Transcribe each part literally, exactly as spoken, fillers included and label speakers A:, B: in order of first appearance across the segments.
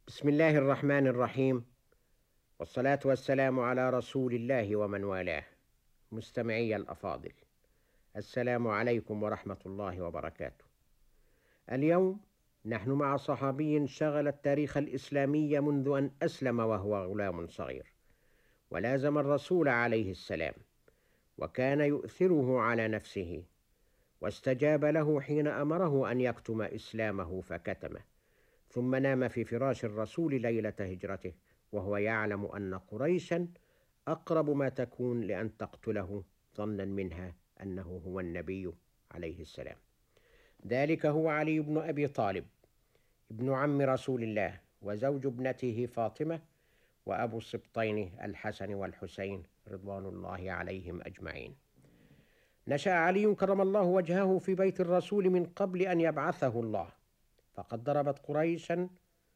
A: بسم الله الرحمن الرحيم، والصلاة والسلام على رسول الله ومن والاه. مستمعي الأفاضل، السلام عليكم ورحمة الله وبركاته. اليوم نحن مع صحابي شغل التاريخ الإسلامي منذ أن أسلم وهو غلام صغير، ولازم الرسول عليه السلام، وكان يؤثره على نفسه، واستجاب له حين أمره أن يكتم إسلامه فكتمه، ثم نام في فراش الرسول ليلة هجرته وهو يعلم أن قريشا أقرب ما تكون لأن تقتله، ظنا منها أنه هو النبي عليه السلام. ذلك هو علي بن أبي طالب، ابن عم رسول الله وزوج ابنته فاطمة، وأبو السبطين الحسن والحسين رضوان الله عليهم أجمعين. نشأ علي كرم الله وجهه في بيت الرسول من قبل أن يبعثه الله، فقد ضربت قريشا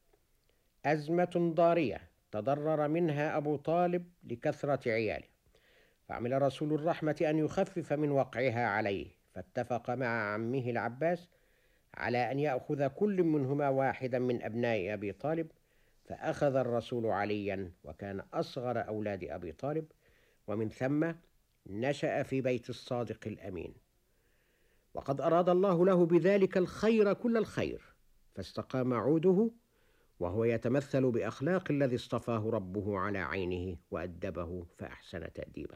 A: أزمة ضارية تضرر منها أبو طالب لكثرة عياله، فعمل رسول الرحمة أن يخفف من وقعها عليه، فاتفق مع عمه العباس على أن يأخذ كل منهما واحدا من أبناء أبي طالب، فأخذ الرسول عليا، وكان أصغر أولاد أبي طالب، ومن ثم نشأ في بيت الصادق الأمين، وقد أراد الله له بذلك الخير كل الخير، فاستقام عوده، وهو يتمثل بأخلاق الذي اصطفاه ربه على عينه وأدبه فأحسن تأديبه.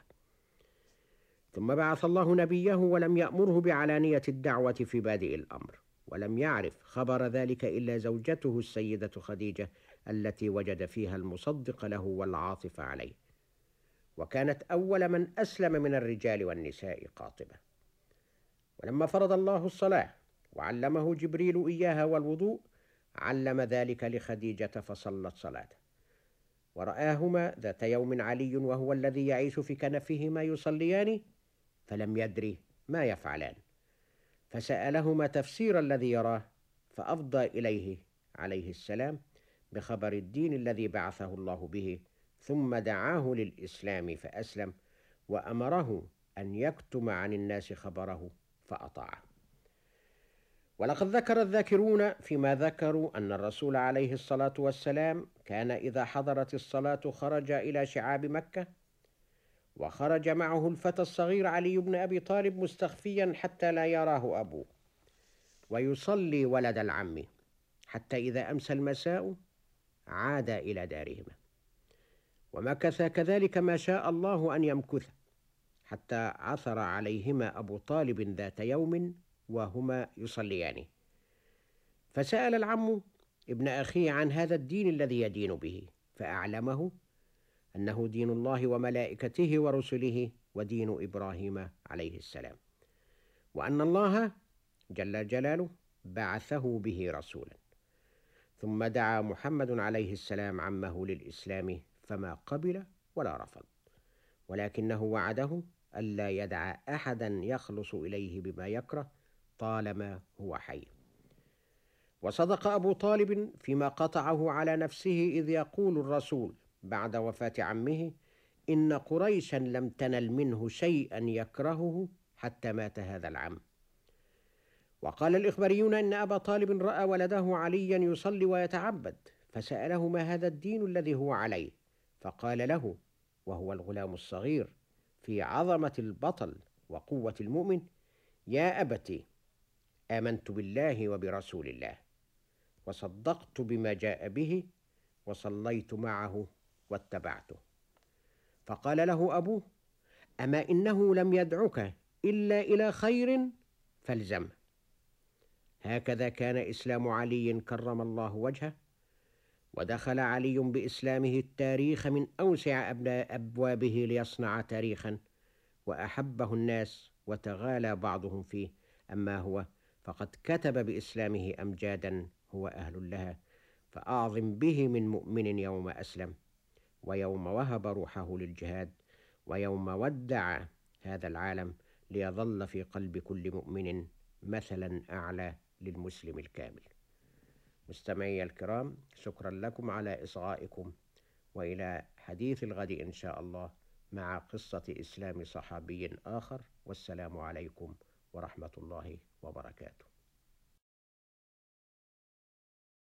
A: ثم بعث الله نبيه ولم يأمره بعلانية الدعوة في بادئ الأمر، ولم يعرف خبر ذلك إلا زوجته السيدة خديجة التي وجد فيها المصدق له والعاطف عليه، وكانت أول من أسلم من الرجال والنساء قاطبة. ولما فرض الله الصلاة وعلمه جبريل إياها والوضوء، علم ذلك لخديجة فصلت صلاته، ورآهما ذات يوم علي وهو الذي يعيش في كنفهما يصليان، فلم يدري ما يفعلان، فسألهما تفسير الذي يراه، فأفضى إليه عليه السلام بخبر الدين الذي بعثه الله به، ثم دعاه للإسلام فأسلم، وأمره أن يكتم عن الناس خبره فأطاعه. ولقد ذكر الذاكرون فيما ذكروا أن الرسول عليه الصلاة والسلام كان إذا حضرت الصلاة خرج إلى شعاب مكة، وخرج معه الفتى الصغير علي بن أبي طالب مستخفيا حتى لا يراه أبوه، ويصلي ولد العم، حتى إذا أمسى المساء عاد إلى دارهما، ومكث كذلك ما شاء الله أن يمكث، حتى عثر عليهما أبو طالب ذات يوم وهما يصليان، فسأل العم ابن أخيه عن هذا الدين الذي يدين به، فأعلمه أنه دين الله وملائكته ورسله ودين إبراهيم عليه السلام، وأن الله جل جلاله بعثه به رسولا. ثم دعا محمد عليه السلام عمه للإسلام، فما قبل ولا رفض، ولكنه وعده ألا يدع أحدا يخلص إليه بما يكره طالما هو حي. وصدق أبو طالب فيما قطعه على نفسه إذ يقول الرسول بعد وفاة عمه: إن قريشا لم تنل منه شيئا يكرهه حتى مات هذا العم. وقال الإخباريون إن أبا طالب رأى ولده عليا يصلي ويتعبد، فسأله: ما هذا الدين الذي هو عليه؟ فقال له وهو الغلام الصغير في عظمة البطل وقوة المؤمن: يا أبتي، آمنت بالله وبرسول الله، وصدقت بما جاء به، وصليت معه واتبعته. فقال له أبوه: أما إنه لم يدعك إلا إلى خير فالزمه. هكذا كان إسلام علي كرم الله وجهه، ودخل علي بإسلامه التاريخ من أوسع أبوابه ليصنع تاريخا، وأحبه الناس وتغالى بعضهم فيه، أما هو فقد كتب بإسلامه أمجادا هو أهل لها، فأعظم به من مؤمن يوم أسلم، ويوم وهب روحه للجهاد، ويوم ودع هذا العالم، ليظل في قلب كل مؤمن مثلا أعلى للمسلم الكامل. مستمعي الكرام، شكرا لكم على إصغائكم، وإلى حديث الغد إن شاء الله مع قصة إسلام صحابي آخر، والسلام عليكم ورحمة الله وبركاته.